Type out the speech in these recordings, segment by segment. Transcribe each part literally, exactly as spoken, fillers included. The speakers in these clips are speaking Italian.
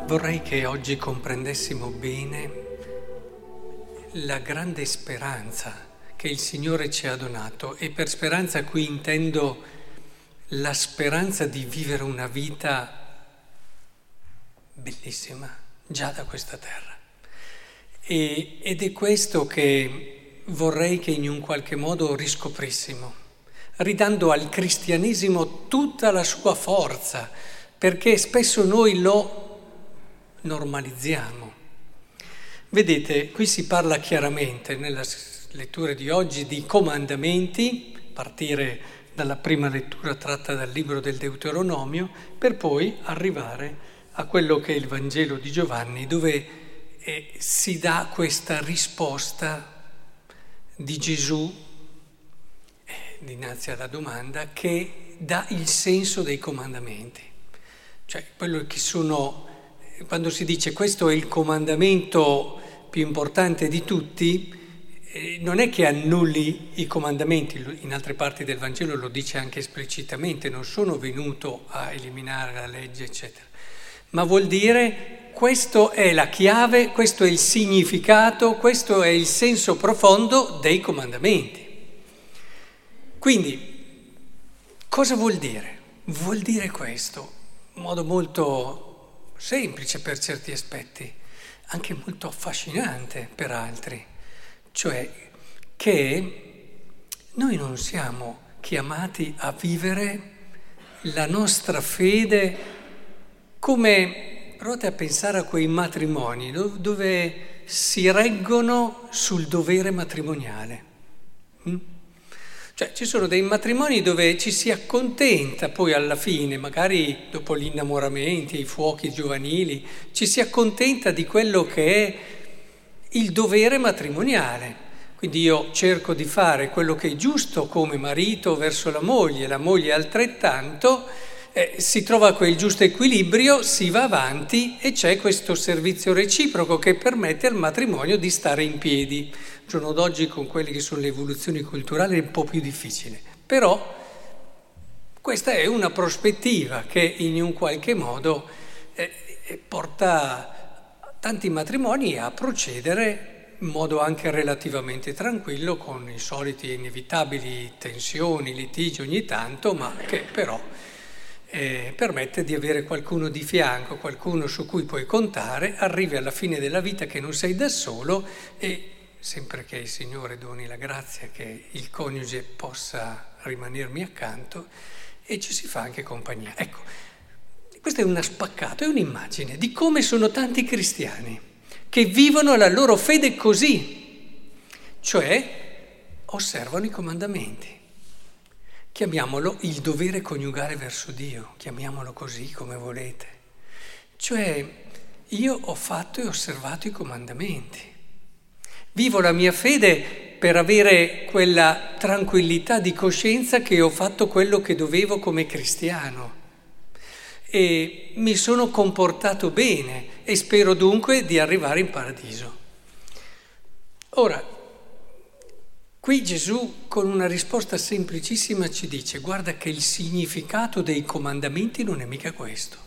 Vorrei che oggi comprendessimo bene la grande speranza che il Signore ci ha donato, e per speranza qui intendo la speranza di vivere una vita bellissima già da questa terra. E, ed è questo che vorrei che in un qualche modo riscoprissimo, ridando al cristianesimo tutta la sua forza, perché spesso noi lo normalizziamo. Vedete, qui si parla chiaramente nella lettura di oggi di comandamenti, partire dalla prima lettura tratta dal libro del Deuteronomio, per poi arrivare a quello che è il Vangelo di Giovanni, dove eh, si dà questa risposta di Gesù eh, dinanzi alla domanda, che dà il senso dei comandamenti. Cioè, quello che sono, quando si dice questo è il comandamento più importante di tutti, eh, non è che annulli i comandamenti, in altre parti del Vangelo lo dice anche esplicitamente, non sono venuto a eliminare la legge, eccetera, ma vuol dire questo è la chiave, questo è il significato, questo è il senso profondo dei comandamenti. Quindi, cosa vuol dire? Vuol dire questo, in modo molto semplice per certi aspetti, anche molto affascinante per altri, cioè che noi non siamo chiamati a vivere la nostra fede come, provate a pensare a quei matrimoni dove si reggono sul dovere matrimoniale. Mm? Cioè ci sono dei matrimoni dove ci si accontenta poi alla fine, magari dopo gli innamoramenti, i fuochi giovanili, ci si accontenta di quello che è il dovere matrimoniale. Quindi io cerco di fare quello che è giusto come marito verso la moglie, la moglie altrettanto, eh, si trova quel giusto equilibrio, si va avanti e c'è questo servizio reciproco che permette al matrimonio di stare in piedi. Il giorno d'oggi con quelle che sono le evoluzioni culturali è un po' più difficile, però questa è una prospettiva che in un qualche modo eh, porta tanti matrimoni a procedere in modo anche relativamente tranquillo, con i soliti inevitabili tensioni, litigi ogni tanto, ma che però eh, permette di avere qualcuno di fianco, qualcuno su cui puoi contare, arrivi alla fine della vita che non sei da solo e sempre che il Signore doni la grazia che il coniuge possa rimanermi accanto e ci si fa anche compagnia. Ecco, questa è una spaccata, è un'immagine di come sono tanti cristiani che vivono la loro fede così, cioè osservano i comandamenti. Chiamiamolo il dovere coniugale verso Dio, chiamiamolo così come volete. Cioè io ho fatto e osservato i comandamenti. Vivo la mia fede per avere quella tranquillità di coscienza che ho fatto quello che dovevo come cristiano e mi sono comportato bene e spero dunque di arrivare in paradiso. Ora, qui Gesù con una risposta semplicissima ci dice: guarda che il significato dei comandamenti non è mica questo.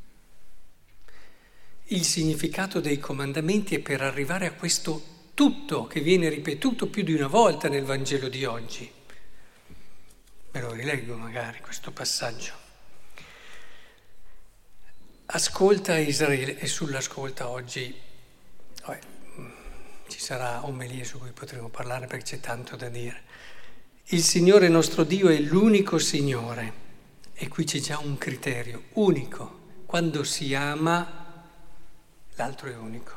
Il significato dei comandamenti è per arrivare a questo tutto che viene ripetuto più di una volta nel Vangelo di oggi. Me lo rileggo magari questo passaggio. Ascolta Israele, e sull'ascolta oggi vabbè, ci sarà omelie su cui potremo parlare perché c'è tanto da dire. Il Signore nostro Dio è l'unico Signore, e qui c'è già un criterio unico. Quando si ama, l'altro è unico.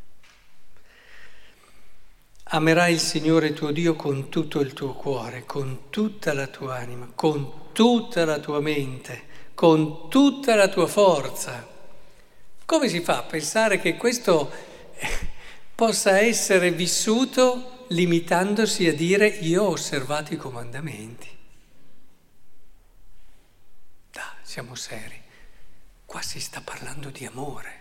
Amerai il Signore tuo Dio con tutto il tuo cuore, con tutta la tua anima, con tutta la tua mente, con tutta la tua forza. Come si fa a pensare che questo possa essere vissuto limitandosi a dire io ho osservato i comandamenti? Dai, siamo seri. Qua si sta parlando di amore.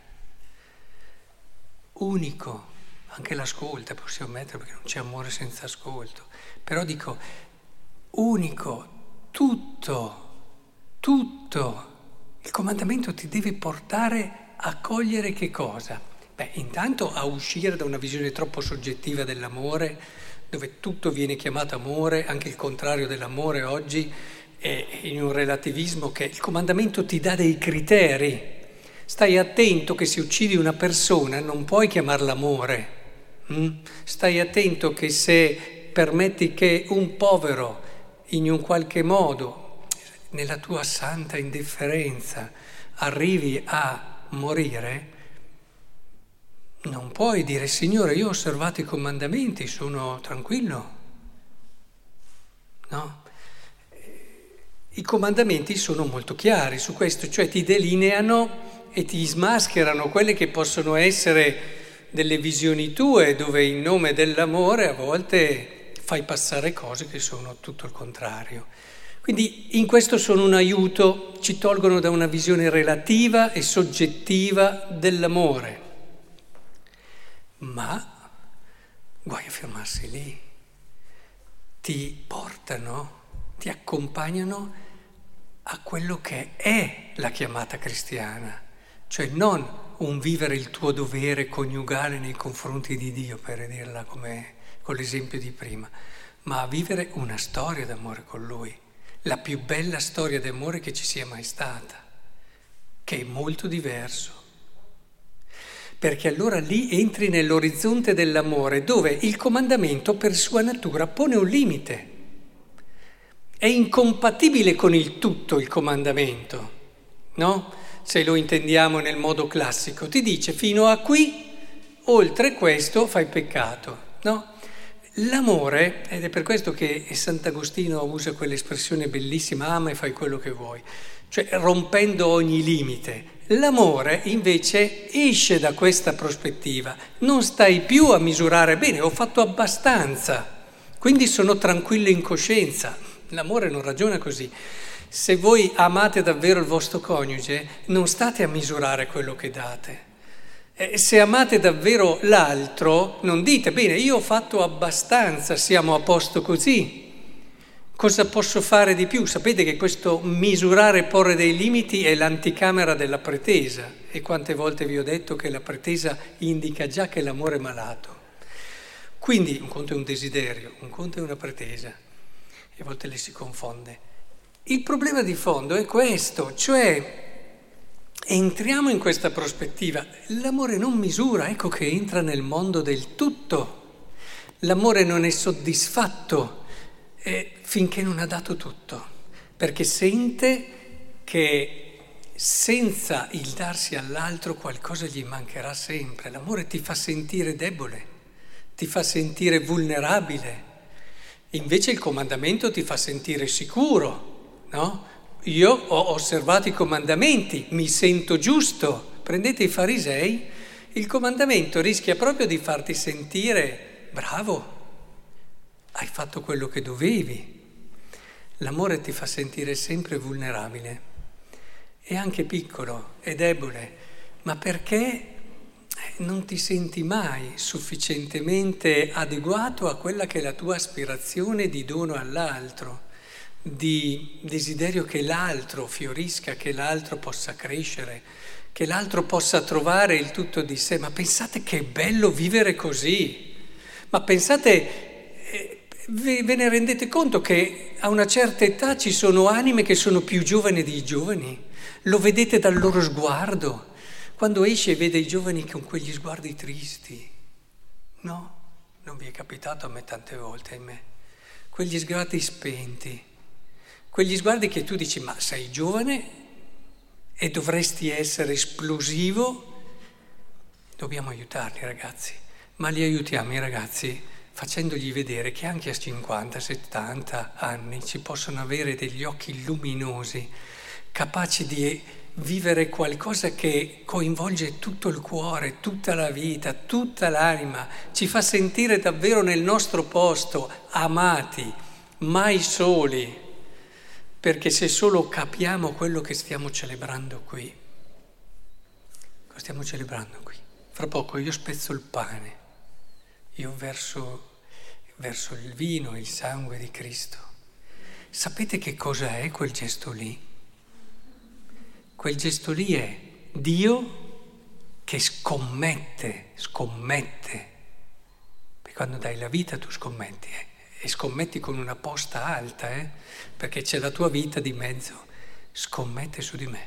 Unico. Anche l'ascolto possiamo mettere perché non c'è amore senza ascolto. Però dico, unico, tutto, tutto. Il comandamento ti deve portare accogliere che cosa? Beh, intanto a uscire da una visione troppo soggettiva dell'amore, dove tutto viene chiamato amore, anche il contrario dell'amore oggi è in un relativismo che il comandamento ti dà dei criteri. Stai attento che se uccidi una persona non puoi chiamarla amore. Mm? Stai attento che se permetti che un povero in un qualche modo, nella tua santa indifferenza, arrivi a morire, non puoi dire Signore, io ho osservato i comandamenti, sono tranquillo. No? I comandamenti sono molto chiari su questo, cioè ti delineano e ti smascherano quelle che possono essere delle visioni tue, dove in nome dell'amore a volte fai passare cose che sono tutto il contrario. Quindi in questo sono un aiuto, ci tolgono da una visione relativa e soggettiva dell'amore. Ma guai a fermarsi lì, ti portano, ti accompagnano a quello che è la chiamata cristiana, cioè non un vivere il tuo dovere coniugale nei confronti di Dio, per dirla come con l'esempio di prima, ma a vivere una storia d'amore con Lui, la più bella storia d'amore che ci sia mai stata, che è molto diverso. Perché allora lì entri nell'orizzonte dell'amore, dove il comandamento per sua natura pone un limite. È incompatibile con il tutto il comandamento, no? Se lo intendiamo nel modo classico, ti dice fino a qui, oltre questo fai peccato, no? L'amore, ed è per questo che Sant'Agostino usa quell'espressione bellissima, ama e fai quello che vuoi, cioè rompendo ogni limite. L'amore invece esce da questa prospettiva, non stai più a misurare bene, ho fatto abbastanza, quindi sono tranquillo in coscienza. L'amore non ragiona così. Se voi amate davvero il vostro coniuge, non state a misurare quello che date. E se amate davvero l'altro, non dite, bene, io ho fatto abbastanza, siamo a posto così. Cosa posso fare di più? Sapete che questo misurare e porre dei limiti è l'anticamera della pretesa. E quante volte vi ho detto che la pretesa indica già che l'amore è malato. Quindi un conto è un desiderio, un conto è una pretesa. E a volte le si confonde. Il problema di fondo è questo, cioè entriamo in questa prospettiva. L'amore non misura, ecco che entra nel mondo del tutto. L'amore non è soddisfatto eh, finché non ha dato tutto, perché sente che senza il darsi all'altro qualcosa gli mancherà sempre. L'amore ti fa sentire debole, ti fa sentire vulnerabile. Invece il comandamento ti fa sentire sicuro, no? Io ho osservato i comandamenti, mi sento giusto. Prendete i farisei, il comandamento rischia proprio di farti sentire bravo, hai fatto quello che dovevi. L'amore ti fa sentire sempre vulnerabile, e anche piccolo, e debole, ma perché non ti senti mai sufficientemente adeguato a quella che è la tua aspirazione di dono all'altro, di desiderio che l'altro fiorisca, che l'altro possa crescere, che l'altro possa trovare il tutto di sé. Ma pensate che è bello vivere così, ma pensate, eh, ve, ve ne rendete conto che a una certa età ci sono anime che sono più giovani dei giovani, lo vedete dal loro sguardo. Quando esce e vede i giovani con quegli sguardi tristi, no? Non vi è capitato a me tante volte, ahimè. Quegli sguardi spenti, quegli sguardi che tu dici, ma sei giovane e dovresti essere esplosivo. Dobbiamo aiutarli, ragazzi, ma li aiutiamo i ragazzi facendogli vedere che anche a cinquanta, settanta anni ci possono avere degli occhi luminosi, capaci di vivere qualcosa che coinvolge tutto il cuore, tutta la vita, tutta l'anima, ci fa sentire davvero nel nostro posto, amati, mai soli, perché se solo capiamo quello che stiamo celebrando qui, lo stiamo celebrando qui. Fra poco io spezzo il pane, io verso, verso il vino, il sangue di Cristo. Sapete che cosa è quel gesto lì? Quel gesto lì è Dio che scommette, scommette, perché quando dai la vita tu scommetti, eh? E scommetti con una posta alta, eh? Perché c'è la tua vita di mezzo, scommette su di me.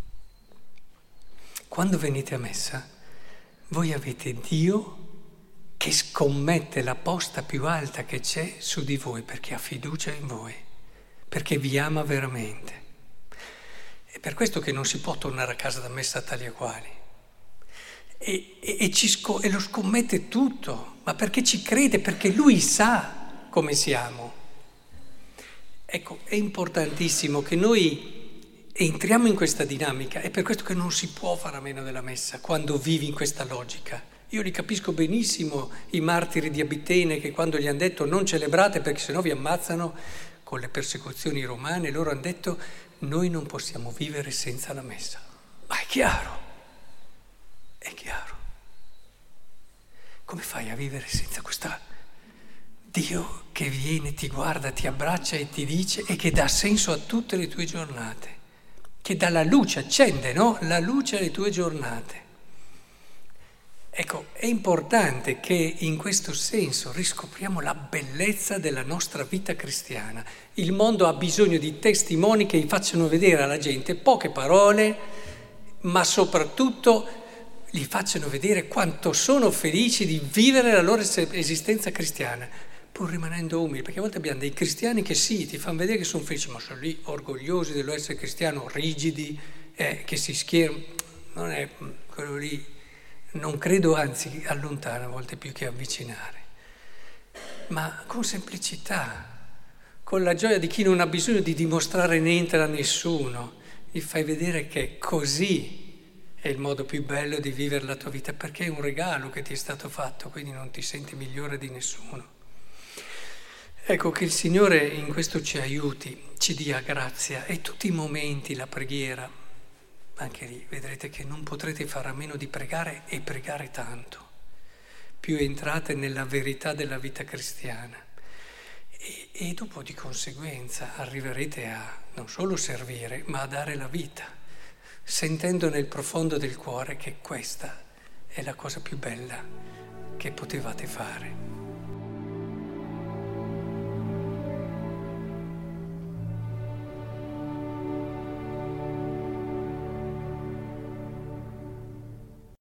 Quando venite a messa, voi avete Dio che scommette la posta più alta che c'è su di voi, perché ha fiducia in voi, perché vi ama veramente. È per questo che non si può tornare a casa da messa tali e quali. E, e, e, ci sco- e lo scommette tutto, ma perché ci crede, perché lui sa come siamo. Ecco, è importantissimo che noi entriamo in questa dinamica, è per questo che non si può fare a meno della messa quando vivi in questa logica. Io li capisco benissimo i martiri di Abitene che quando gli hanno detto non celebrate perché sennò vi ammazzano con le persecuzioni romane, loro hanno detto noi non possiamo vivere senza la messa. Ma è chiaro, è chiaro. Come fai a vivere senza questa Dio che viene, ti guarda, ti abbraccia e ti dice e che dà senso a tutte le tue giornate, che dà la luce, accende, no? La luce alle tue giornate. Ecco, è importante che in questo senso riscopriamo la bellezza della nostra vita cristiana. Il mondo ha bisogno di testimoni che gli facciano vedere alla gente poche parole, ma soprattutto gli facciano vedere quanto sono felici di vivere la loro esistenza cristiana, pur rimanendo umili, perché a volte abbiamo dei cristiani che sì, ti fanno vedere che sono felici, ma sono lì orgogliosi dell'essere cristiano, rigidi, eh, che si schierano. Non è quello lì. Non credo, anzi, allontana a volte più che avvicinare, ma con semplicità, con la gioia di chi non ha bisogno di dimostrare niente a nessuno, gli fai vedere che così è il modo più bello di vivere la tua vita, perché è un regalo che ti è stato fatto, quindi non ti senti migliore di nessuno. Ecco, che il Signore in questo ci aiuti, ci dia grazia e tutti i momenti, la preghiera, anche lì vedrete che non potrete fare a meno di pregare e pregare tanto. Più entrate nella verità della vita cristiana e, e dopo di conseguenza arriverete a non solo servire, ma a dare la vita, sentendo nel profondo del cuore che questa è la cosa più bella che potevate fare.